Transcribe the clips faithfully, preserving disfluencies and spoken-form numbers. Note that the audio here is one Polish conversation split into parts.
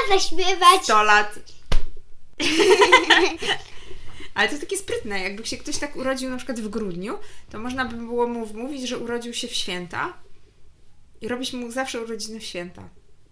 zaśpiewać. sto lat. Ale to takie sprytne, jakby się ktoś tak urodził na przykład w grudniu, to można by było mu wmówić, że urodził się w święta i robić mu zawsze urodziny w święta.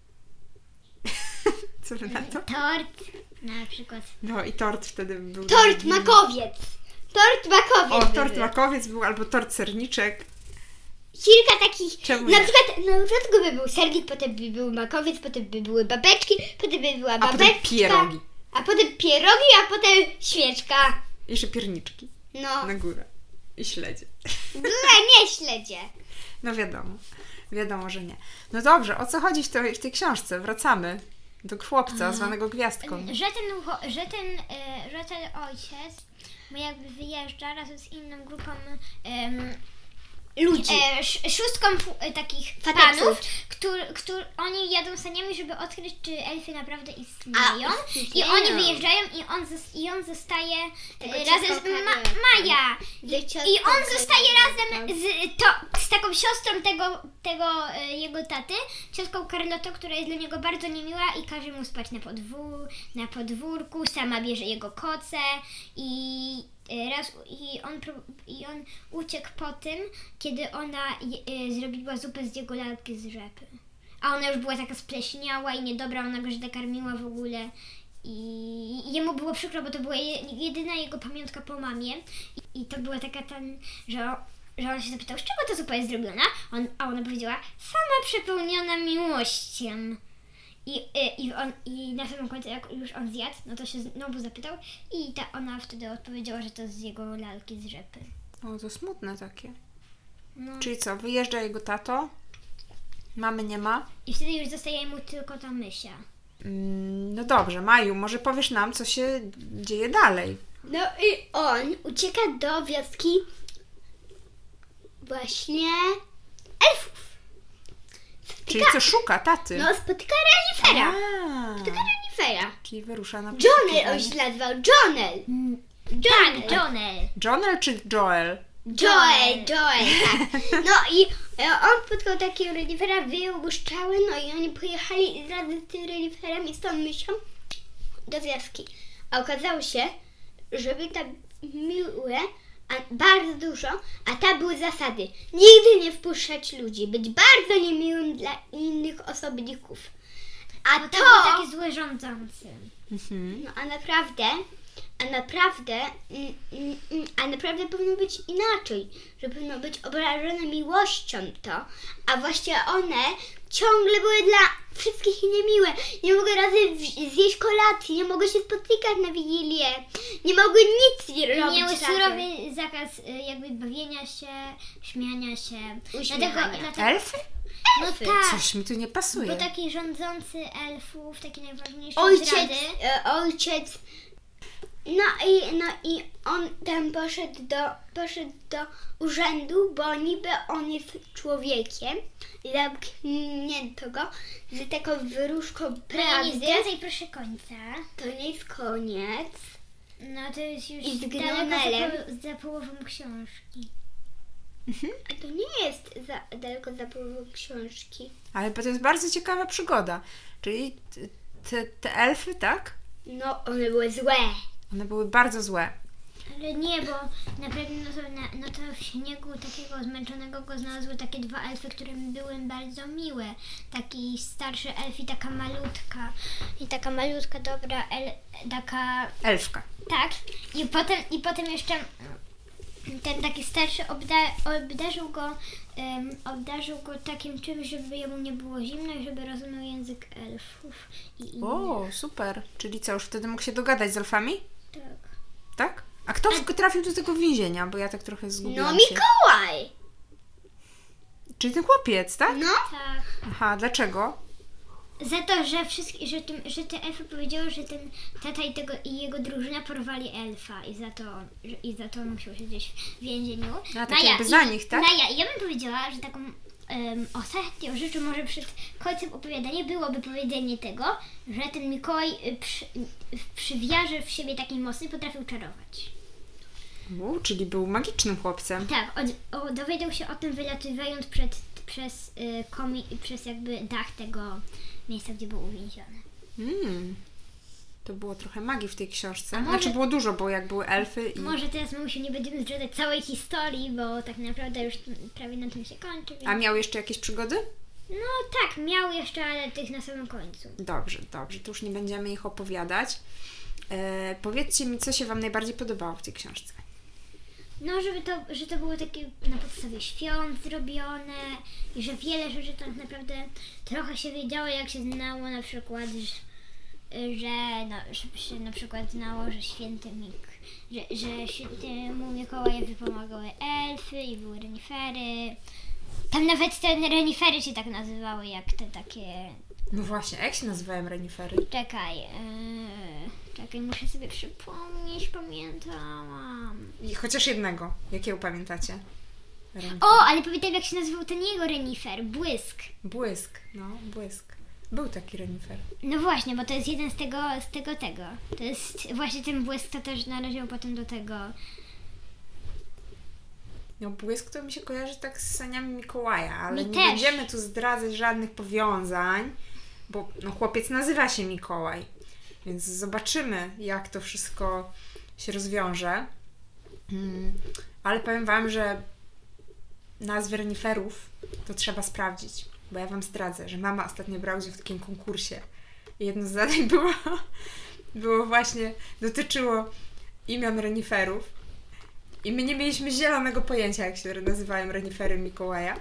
Co wy na to? Tort na przykład. No i tort wtedy był... Tort makowiec. Tort makowiec. O, tort makowiec był, albo tort serniczek. Kilka takich, Czemu na nie? przykład na początku by był sernik, potem by był makowiec, potem by były babeczki, potem by była A babeczka. potem pierogi. A potem pierogi, a potem świeczka. I jeszcze pierniczki No, na górę. I śledzie. no nie śledzie. No wiadomo. Wiadomo, że nie. No dobrze, o co chodzi w tej, w tej książce? Wracamy do chłopca zwanego Gwiazdką. Że ten, ucho- że ten, e, że ten ojciec, bo jakby wyjeżdża razem z inną grupą em, Ludzi. e, sz- szóstką fu- e, takich Facetów. panów, którzy którzy oni jadą saniami, żeby odkryć, czy elfy naprawdę istnieją. A, I istnieją. oni wyjeżdżają i on, zos- i on zostaje Tego e, razem z ciotką Ma- Karolką. Maja. Ze I ciotką on zostaje Karolką. razem z, to, z taką siostrą tego, tego e, jego taty, ciotką Carlotą, która jest dla niego bardzo niemiła i każe mu spać na, podwór, na podwórku, sama bierze jego koce i e, raz i on, prób- i on uciekł po tym, kiedy ona je, e, zrobiła zupę z jego lalki z rzepy. A ona już była taka spleśniała i niedobra, ona go źle karmiła w ogóle. I jemu było przykro, bo to była je- jedyna jego pamiątka po mamie. I, i to była taka ten, że, że on się zapytał, z czego ta zupa jest zrobiona? On, a ona powiedziała, sama przepełniona miłością. I, i, i, on, I na samym końcu, jak już on zjadł, no to się znowu zapytał i ta ona wtedy odpowiedziała, że to z jego lalki z rzepy. O, to smutne takie. No. Czyli co, wyjeżdża jego tato, mamy nie ma. I wtedy już zostaje mu tylko ta mysia. Mm, no dobrze, Maju, może powiesz nam, co się dzieje dalej. No i on ucieka do wioski właśnie elfów. Czyli co, szuka taty? No, spotyka renifera. A, Spotyka renifera. czyli wyrusza na Johnel, poszukiwanie. on się nazywał Johnel. Johnel. Tak, Johnel. Johnel czy Joel? Joel, Joel, tak. No i e, on spotkał takiego renifera, wyjął go strzały, no i oni pojechali razem z tym reniferem i z tą mysią do wioski. A okazało się, że były tam miłe, a bardzo dużo, a tam były zasady. Nigdy nie wpuszczać ludzi, być bardzo niemiłym dla innych osobników. A Bo to... to był taki zły rządzący. Mhm. No a naprawdę, a naprawdę, mm, mm, mm, a naprawdę powinno być inaczej, że powinno być obrażone miłością to, a właśnie one ciągle były dla wszystkich niemiłe. Nie mogły razem w- zjeść kolacji, nie mogły się spotykać na Wigilię, nie mogły nic nie robić Miały razem. surowy zakaz y, jakby bawienia się, śmiania się. Uśmiechania. Dlatego, dlatego, Elfy? no Elfy. tak, Coś mi tu nie pasuje. bo taki rządzący elfów, taki najważniejszy Ojciec, z rady. e, ojciec, no i, no i on tam poszedł do, poszedł do urzędu, bo niby on jest człowiekiem i zamknięto go z taką wyróżką No i nie prawdy. zdradzaj proszę końca. To nie jest koniec. No to jest już I z daleko Gnonelem. za, po, za połową książki. A to nie jest za, daleko za połową książki. Ale to jest bardzo ciekawa przygoda. Czyli t- te, te elfy, tak? No, one były złe. One były bardzo złe. Ale nie, bo naprawdę no to, na, no to w śniegu takiego zmęczonego go znalazły takie dwa elfy, które były bardzo miłe. Taki starszy elf i taka malutka. I taka malutka, dobra, el, taka... Elfka. Tak. I potem, i potem jeszcze ten taki starszy obda, obdarzył go um, obdarzył go takim czymś, żeby jemu nie było zimno i żeby rozumiał język elfów i innych. O, super. Czyli co, już wtedy mógł się dogadać z elfami? Tak. Tak? A kto w- trafił do tego więzienia? Bo ja tak trochę No, zgubiłam się. Mikołaj! Czyli ten chłopiec, tak? No, Tak. Aha, dlaczego? Za to, że wszystkie, że, tym, że te elfy powiedziały, że ten tata i, tego, i jego drużyna porwali elfa i za to, że, i za to musiał siedzieć w więzieniu. A, tak jakby za nich, tak? Naja, ja bym powiedziała, że taką um, ostatnią rzeczą może przed końcem opowiadania byłoby powiedzenie tego, że ten Mikołaj y, przy, y, przy wiarze w siebie takiej mocnej potrafił czarować. U, czyli był magicznym chłopcem. Tak, od, o, dowiedział się o tym wylatywając przed, przez, y, komi, przez jakby dach tego miejsca, gdzie był uwięziony. Mm. To było trochę magii w tej książce. A może- Znaczy było dużo, bo jak były elfy i... Może teraz mamusiu nie będziemy zdradzać całej historii, bo tak naprawdę już prawie na tym się kończy. Więc... A miał jeszcze jakieś przygody? No tak, miał jeszcze, ale tych na samym końcu. Dobrze, dobrze. To już nie będziemy ich opowiadać. E, powiedzcie mi, co się Wam najbardziej podobało w tej książce. No, żeby to, że to było takie na podstawie świąt zrobione i że wiele rzeczy tak naprawdę trochę się wiedziało, jak się znało na przykład, że, że, no, że się na przykład znało, że święty Mik, że, że świętemu Mikołajowi pomagały elfy i były renifery. Tam nawet te renifery się tak nazywały, jak te takie... No właśnie, a jak się nazywają renifery? Czekaj, yy... czekaj, muszę sobie przypomnieć, pamiętałam. I chociaż jednego. Jakiego pamiętacie? Renifer. O, ale pamiętam, jak się nazywał ten jego renifer, Błysk. Błysk, no, błysk. Był taki renifer. No właśnie, bo to jest jeden z tego, z tego, tego. To jest właśnie ten Błysk, to też należał potem do tego. No błysk to mi się kojarzy tak z saniami Mikołaja, ale Mi nie też. będziemy tu zdradzać żadnych powiązań, bo no, chłopiec nazywa się Mikołaj, więc zobaczymy, jak to wszystko się rozwiąże. Mm, ale powiem Wam, że nazwy reniferów to trzeba sprawdzić, bo ja Wam zdradzę, że mama ostatnio brała udział w takim konkursie i jedno z zadań było, było właśnie, dotyczyło imion reniferów. I my nie mieliśmy zielonego pojęcia, jak się nazywają renifery Mikołaja.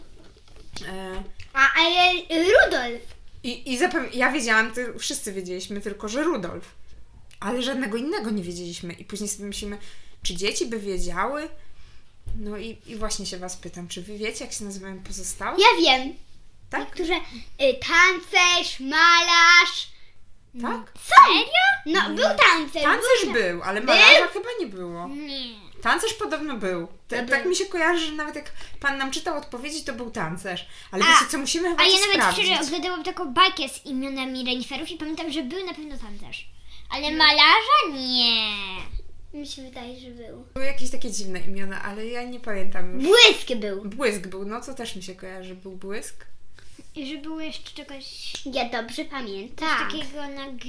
E, A, ale Rudolf. I, i zapewne, ja wiedziałam, to wszyscy wiedzieliśmy tylko, że Rudolf. Ale żadnego innego nie wiedzieliśmy. I później sobie myślimy, czy dzieci by wiedziały? No i, i właśnie się Was pytam, czy Wy wiecie, jak się nazywają pozostałe? Ja wiem. Tak? Niektóre y, tancerz, malarz. Tak? Serio? No, był tancerz. Tancerz był. był, ale malarza chyba nie było. Nie. Tancerz podobno był. Te, To tak był. mi się kojarzy, że nawet jak Pan nam czytał odpowiedzi, to był tancerz. Ale A- wiecie co, musimy chyba A to ja nawet sprawdzić. szczerze oglądałam taką bajkę z imionami reniferów i pamiętam, że był na pewno tancerz. Ale malarza nie. Mi się wydaje, że był. Były jakieś takie dziwne imiona, ale ja nie pamiętam już. Błysk był. Błysk był, no co też mi się kojarzy, był Błysk. I że było jeszcze czegoś Ja dobrze pamiętam. takiego na G...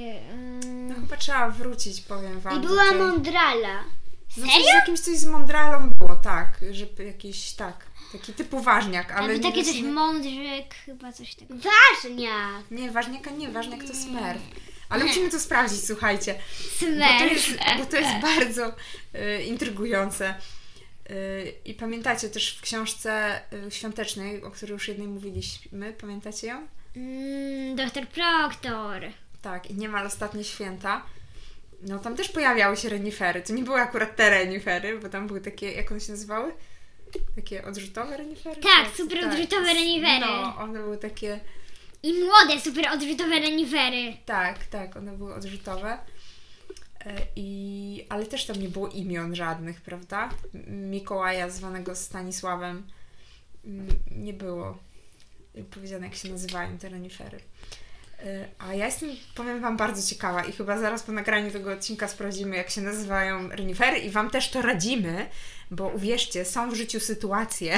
ym, No chyba trzeba wrócić, powiem Wam. I była do tej- Mondrala. No coś Serio? z jakimś coś z Mondralą było, tak, żeby jakiś, tak, taki typu ważniak, ale Albo nie takie coś właśnie- mądrzyk, chyba coś takiego. Ważnia. Nie, ważniaka nie, ważniak to Smurf. Ale musimy to sprawdzić, słuchajcie. Bo to jest, Smurf. bo to jest bardzo y, intrygujące. Y, I pamiętacie też w książce y, świątecznej, o której już jednej mówiliśmy, pamiętacie ją? Mm, doktor Proktor. Tak, i niemal ostatnie święta. No tam też pojawiały się renifery. To nie były akurat te renifery, bo tam były takie, jak one się nazywały? Takie odrzutowe renifery? Tak, super odrzutowe renifery. No, one były takie, I młode, super odrzutowe renifery. tak, tak, one były odrzutowe. E, I, ale też tam nie było imion żadnych, prawda? M- Mikołaja zwanego Stanisławem m, nie było powiedziane, jak się nazywają te renifery. E, A ja jestem, powiem Wam, bardzo ciekawa i chyba zaraz po nagraniu tego odcinka sprawdzimy, jak się nazywają renifery i Wam też to radzimy, bo uwierzcie, są w życiu sytuacje,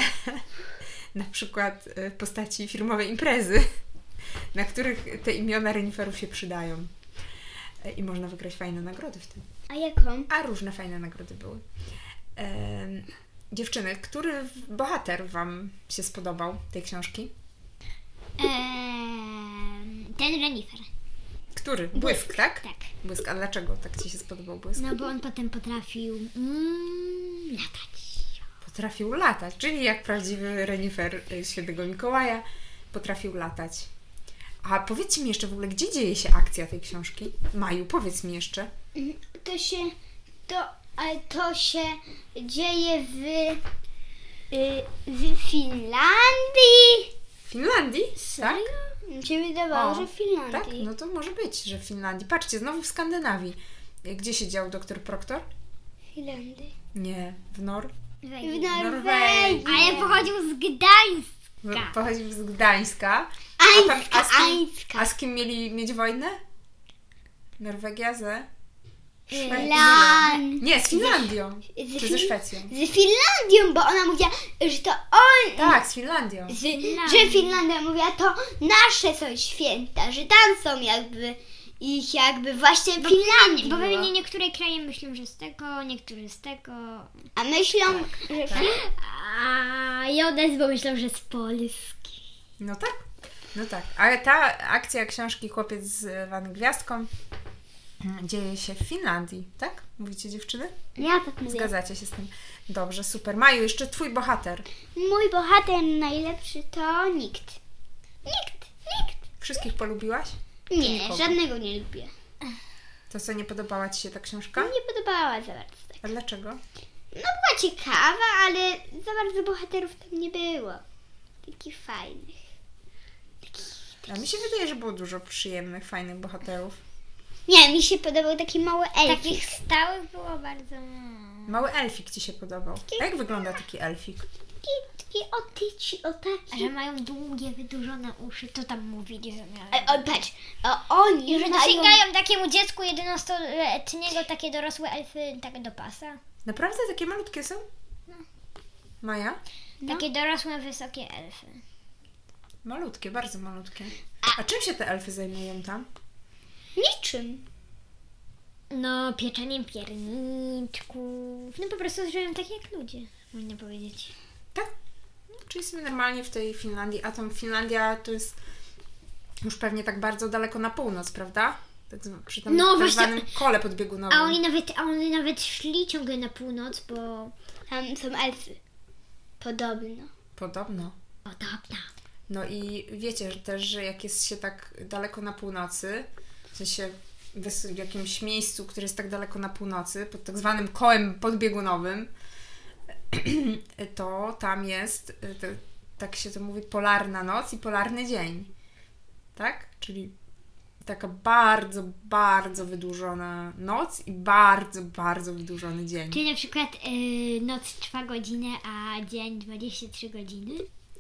na przykład e, w postaci firmowej imprezy, na których te imiona reniferów się przydają. E, I można wygrać fajne nagrody w tym. A jaką? A różne fajne nagrody były. Em, dziewczyny, który bohater Wam się spodobał tej książki? Eee, ten renifer. Który? Błysk, tak? Tak. Błysk, a dlaczego tak Ci się spodobał Błysk? No bo on potem potrafił mm, latać. Potrafił latać, czyli jak prawdziwy renifer y, Świętego Mikołaja potrafił latać. A powiedzcie mi jeszcze w ogóle, gdzie dzieje się akcja tej książki? Maju, powiedz mi jeszcze. To się, to, ale to się dzieje w, y, w Finlandii. W Finlandii? Tak? Mi się wydawało, O, że w Finlandii. Tak, no to może być, że w Finlandii. Patrzcie, znowu w Skandynawii. Gdzie siedział doktor Proktor? W Finlandii. Nie, w Nor... W Norwegii. Norwegii. Ale pochodził z Gdańska. Pochodził z Gdańska. Ańska, a, z kim, Ańska. a z kim mieli mieć wojnę? Norwegia ze... Finland... Nie, z Finlandią. Z, Czy ze Fin- Szwecją? z Finlandią, bo ona mówiła, że to on... Tak, z Finlandią. Z, że Finlandia mówiła, to nasze są święta, że tam są jakby ich jakby właśnie w Finlandii. Bo było. pewnie niektóre kraje myślą, że z tego, niektóre z tego. A myślą, że tak. Fin- A ja od bo myślą, że z Polski. No tak, no tak. Ale ta akcja książki Chłopiec z Wany Gwiazdką dzieje się w Finlandii, tak? Mówicie dziewczyny? Ja tak mówię. Zgadzacie się z tym. Dobrze, super. Maju, jeszcze twój bohater. Mój bohater najlepszy to nikt. Nikt, nikt. Wszystkich polubiłaś? Czy Nie, nikogo? żadnego nie lubię. To co, nie podobała ci się ta książka? Nie podobała za bardzo. Tak. A dlaczego? No była ciekawa, ale za bardzo bohaterów tam nie było. Takich fajnych. A mi się wydaje, że było dużo przyjemnych, fajnych bohaterów. Nie, mi się podobał taki mały elfik. Takich stałych było bardzo mało. Mały elfik ci się podobał. A jak wygląda taki elfik? Taki, taki otyci, o A taki. że mają długie, wydłużone uszy, to tam mówili, że miały. E, o, patrz, o, oni I że mają... dosięgają takiemu dziecku jedenastoletniego takie dorosłe elfy tak do pasa. Naprawdę takie malutkie są? Maja? No. Takie dorosłe, wysokie elfy. Malutkie, bardzo malutkie. A czym się te elfy zajmują tam? Niczym. No, pieczeniem pierniczków. No po prostu żyją tak jak ludzie, można powiedzieć. Tak? No, czyli sobie normalnie w tej Finlandii, a tam Finlandia to jest już pewnie tak bardzo daleko na północ, prawda? Tak, zw- przy tym No tak właśnie. zwanym kole podbiegunowym. A oni nawet, a oni nawet szli ciągle na północ, bo... Tam są elfy. Podobno. Podobno. Podobno. No i wiecie że też, że jak jest się tak daleko na północy, w sensie w w jakimś miejscu, które jest tak daleko na północy, pod tak zwanym kołem podbiegunowym, to tam jest, to, tak się to mówi, polarna noc i polarny dzień. Tak? Czyli taka bardzo, bardzo wydłużona noc i bardzo, bardzo wydłużony dzień. Czyli na przykład y, noc trwa godzinę, a dzień dwadzieścia trzy godziny.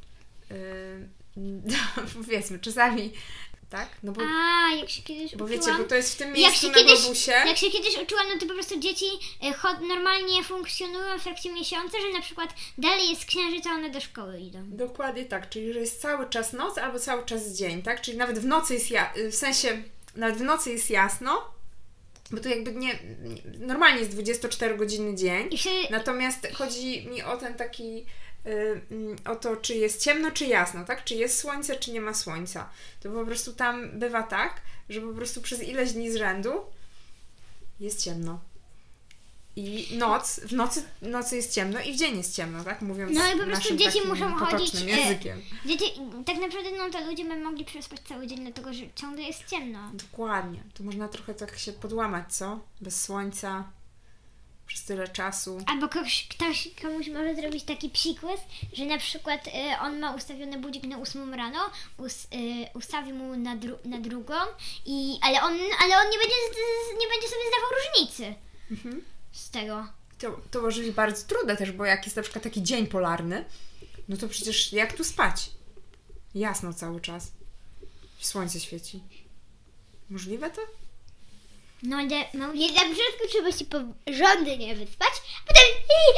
Yy, powiedzmy, czasami, tak? No bo, A, jak się kiedyś bo uczyłam... wiecie, bo to jest w tym Jak miejscu się, na kiedyś, globusie. jak się kiedyś uczyłam, no to po prostu dzieci y, chod, normalnie funkcjonują w trakcie miesiąca, że na przykład dalej jest księżyc, a one do szkoły idą. Dokładnie tak, czyli że jest cały czas noc albo cały czas dzień, tak? Czyli nawet w nocy jest, ja- w sensie, nawet w nocy jest jasno, bo to jakby nie, nie normalnie jest dwudziestoczterogodzinny dzień, I wtedy, natomiast chodzi mi o ten taki, y, mm, o to, czy jest ciemno, czy jasno, tak? Czy jest słońce, czy nie ma słońca. To po prostu tam bywa tak, że po prostu przez ileś dni z rzędu jest ciemno. I noc, w nocy, nocy jest ciemno i w dzień jest ciemno, tak? Mówiąc No i po prostu naszym dzieci takim muszą potocznym chodzić, e, językiem. dzieci, tak naprawdę no to ludzie by mogli przespać cały dzień, dlatego że ciągle jest ciemno. Dokładnie. To można trochę tak się podłamać, co? Bez słońca, przez tyle czasu. Albo ktoś, ktoś komuś może zrobić taki przykład, że na przykład y, on ma ustawiony budzik na ósmą rano, us, y, ustawi mu na, dru, na drugą, i, ale, on, ale on nie będzie, z- nie będzie sobie zdawał różnicy Mhm. z tego. To, to może być bardzo trudne też, bo jak jest na przykład taki dzień polarny, no to przecież jak tu spać? Jasno cały czas. Słońce świeci. Możliwe to? No ale mam... Nie, na początku trzeba się porządnie wyspać, a potem...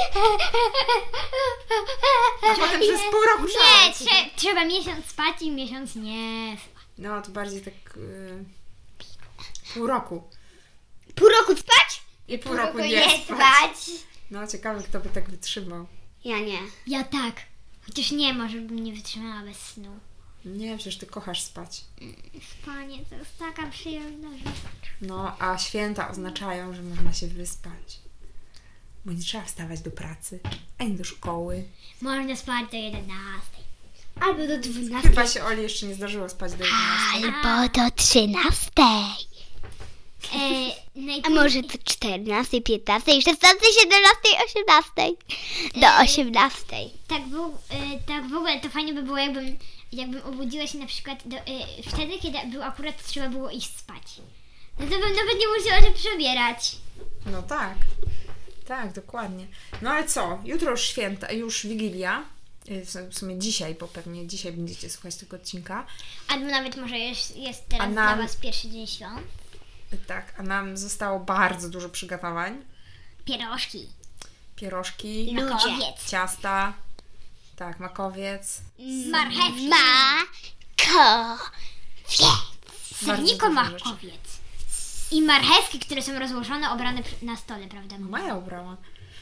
A potem przez pół roku Nie, szaleć. trze, trzeba miesiąc spać i miesiąc nie spać. No to bardziej tak yy, pół roku. Pół roku spać? I pół, Pół roku, roku nie, spać. spać. No ciekawe, kto by tak wytrzymał. Ja nie. Ja tak. Chociaż nie ma, żebym nie wytrzymała bez snu. Nie, przecież ty kochasz spać. Spanie to jest taka przyjemna rzecz. No, a święta oznaczają, że można się wyspać. Bo nie trzeba wstawać do pracy, ani do szkoły. Można spać do jedenastej. Albo do dwunastej. Chyba się Oli jeszcze nie zdarzyło spać do jedenastej. Albo do trzynastej. E, A najpóźniej- może do czternastej, piętnastej, szesnastej, siedemnastej, osiemnastej. Do osiemnastej. tak, w, e, tak w ogóle to fajnie by było, jakbym, jakbym obudziła się na przykład do, e, wtedy, kiedy było akurat trzeba było iść spać. No to bym nawet nie musiała się przebierać. No tak, tak, dokładnie. No ale co, jutro już święta, już Wigilia, y, w sumie dzisiaj, bo pewnie dzisiaj będziecie słuchać tego odcinka. Albo nawet może jest, jest teraz A nam- dla Was pierwszy dzień świąt. Tak, a nam zostało bardzo dużo przygotowań. Pierożki. Pierożki, Makowiec. ciasta, tak, makowiec. Marchewki. Makowiec. Serniko dużo rzeczy. makowiec. I marchewki, które są rozłożone, obrane przy- na stole, prawda? No Maja ubrała.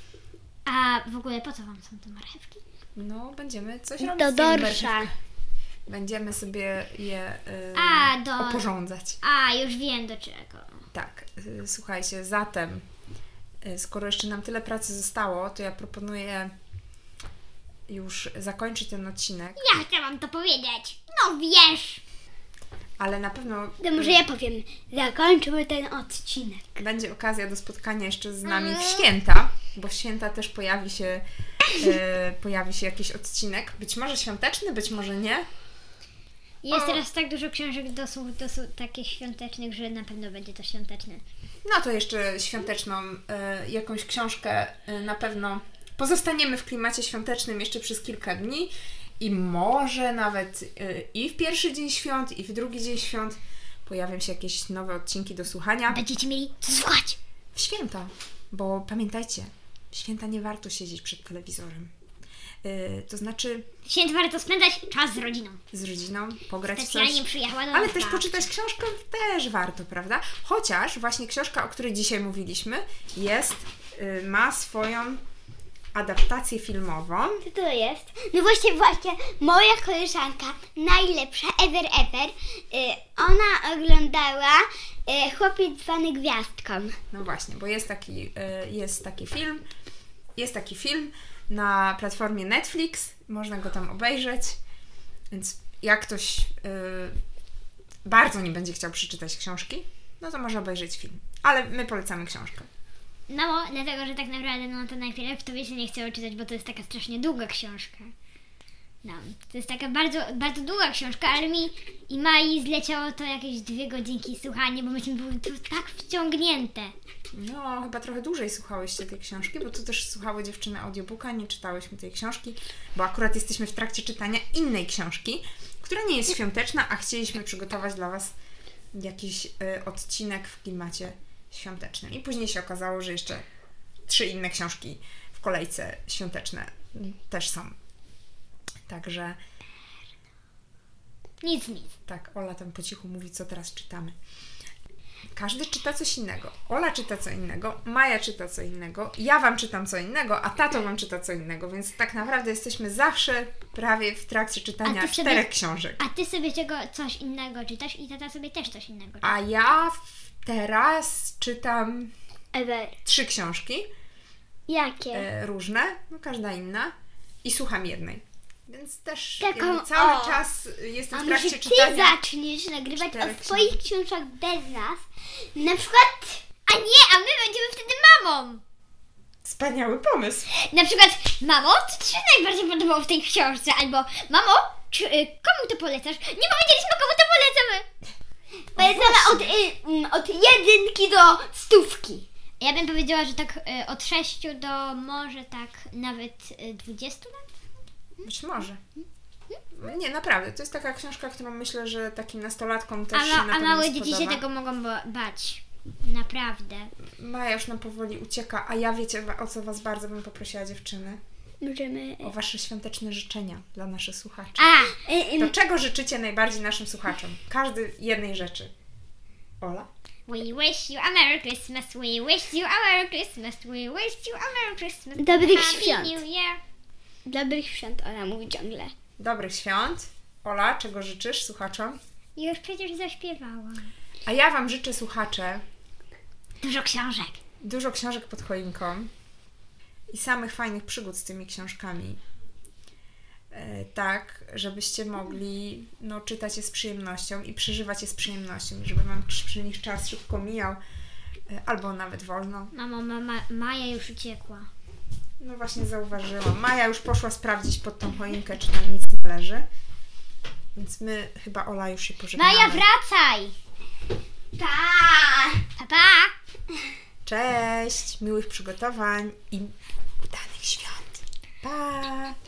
A w ogóle po co wam są te marchewki? No, będziemy coś robić Do z tymi dorsza. marchewkami. Będziemy sobie je y, A, do- oporządzać. A, już wiem do czego. Tak, y, słuchajcie, zatem y, skoro jeszcze nam tyle pracy zostało, to ja proponuję już zakończyć ten odcinek, Ja chciałam to powiedzieć. No wiesz. ale na pewno To może ja powiem, zakończymy ten odcinek. będzie okazja do spotkania jeszcze z nami w święta, bo w święta też pojawi się, y, pojawi się jakiś odcinek, być może świąteczny, być może nie. Jest O. teraz tak dużo książek do, do, do takich świątecznych, że na pewno będzie to świąteczne. No to jeszcze świąteczną y, jakąś książkę y, na pewno pozostaniemy w klimacie świątecznym jeszcze przez kilka dni i może nawet y, i w pierwszy dzień świąt, i w drugi dzień świąt pojawią się jakieś nowe odcinki do słuchania Będziecie mieli co słuchać. w święta, bo pamiętajcie, w święta nie warto siedzieć przed telewizorem. Y, to znaczy Święt warto spędzać czas z rodziną. z rodziną, pograć w Specjalnie coś. przyjechała do Ale nas też babcia. poczytać książkę też warto, prawda? Chociaż właśnie książka, o której dzisiaj mówiliśmy, jest, y, ma swoją adaptację filmową. Co to jest? No właśnie, właśnie, moja koleżanka, najlepsza ever ever, y, ona oglądała y, Chłopiec zwany Gwiazdką. No właśnie, bo jest taki, y, jest taki film, jest taki film na platformie Netflix, można go tam obejrzeć, więc jak ktoś y, bardzo nie będzie chciał przeczytać książki, no to może obejrzeć film. Ale my polecamy książkę. No, dlatego, że tak naprawdę, no to najpierw tobie się nie chciało czytać, bo to jest taka strasznie długa książka. No, to jest taka bardzo, bardzo długa książka, ale mi i Mai zleciało to jakieś dwie godzinki słuchania, bo myśmy były tu tak wciągnięte. No, chyba trochę dłużej słuchałyście tej książki, bo tu też słuchały dziewczyny audiobooka, nie czytałyśmy tej książki, bo akurat jesteśmy w trakcie czytania innej książki, która nie jest świąteczna, a chcieliśmy przygotować dla Was jakiś y, odcinek w klimacie świątecznym. I później się okazało, że jeszcze trzy inne książki w kolejce świąteczne y, też są. Także Nic, nic. tak, Ola tam po cichu mówi, co teraz czytamy. Każdy czyta coś innego. Ola czyta co innego, Maja czyta co innego, ja Wam czytam co innego, a tato Wam czyta co innego, więc tak naprawdę jesteśmy zawsze prawie w trakcie czytania A ty sobie- czterech książek. A ty sobie czego, coś innego czytasz i tata sobie też coś innego czyta. A ja w- teraz czytam Ever. trzy książki, Jakie? e, różne, no każda inna, i słucham jednej. Więc też Taką, jakby cały o. czas jestem A w może trakcie ty czytania. zaczniesz nagrywać czterech o swoich książkach bez nas? Na przykład... A nie, a my będziemy wtedy mamą! Wspaniały pomysł. Na przykład, mamo, co Ci się najbardziej podobało w tej książce? Albo, mamo, czy, y, komu to polecasz? Nie powiedzieliśmy, komu to polecamy! Polecamy od, y, mm, od jedynki do stówki. Ja bym powiedziała, że tak y, od sześciu do może tak nawet y, dwudziestu lat. Być może. Nie, naprawdę. To jest taka książka, którą myślę, że takim nastolatkom też A, się na ma, a pewno małe dzieci się spodoba. tego mogą ba- bać. Naprawdę. Maja już nam powoli ucieka, a ja wiecie, o co Was bardzo bym poprosiła, dziewczyny? Możemy... O Wasze świąteczne życzenia dla naszych słuchaczy. A, Y, y, To czego życzycie najbardziej naszym słuchaczom? Każdy jednej rzeczy. Ola? we wish you a Merry Christmas, we wish you a Merry Christmas, we wish you a Merry Christmas. Dobrych Happy świąt. New Year. Dobrych świąt, ona mówi ciągle. Dobrych świąt. Ola, czego życzysz słuchaczom? Już przecież zaśpiewałam. A ja Wam życzę, słuchacze, Dużo książek. dużo książek pod choinką i samych fajnych przygód z tymi książkami. E, tak, żebyście mogli no, czytać je z przyjemnością i przeżywać je z przyjemnością, i żeby Wam przy nich czas szybko mijał, e, albo nawet wolno. Mamo, mama, Maja już uciekła. No właśnie zauważyłam. Maja już poszła sprawdzić pod tą choinkę, czy tam nic nie leży. Więc my, chyba Ola, już się pożegnamy. Maja, wracaj! Tak. Pa, pa! Cześć! Miłych przygotowań i udanych świąt. Pa!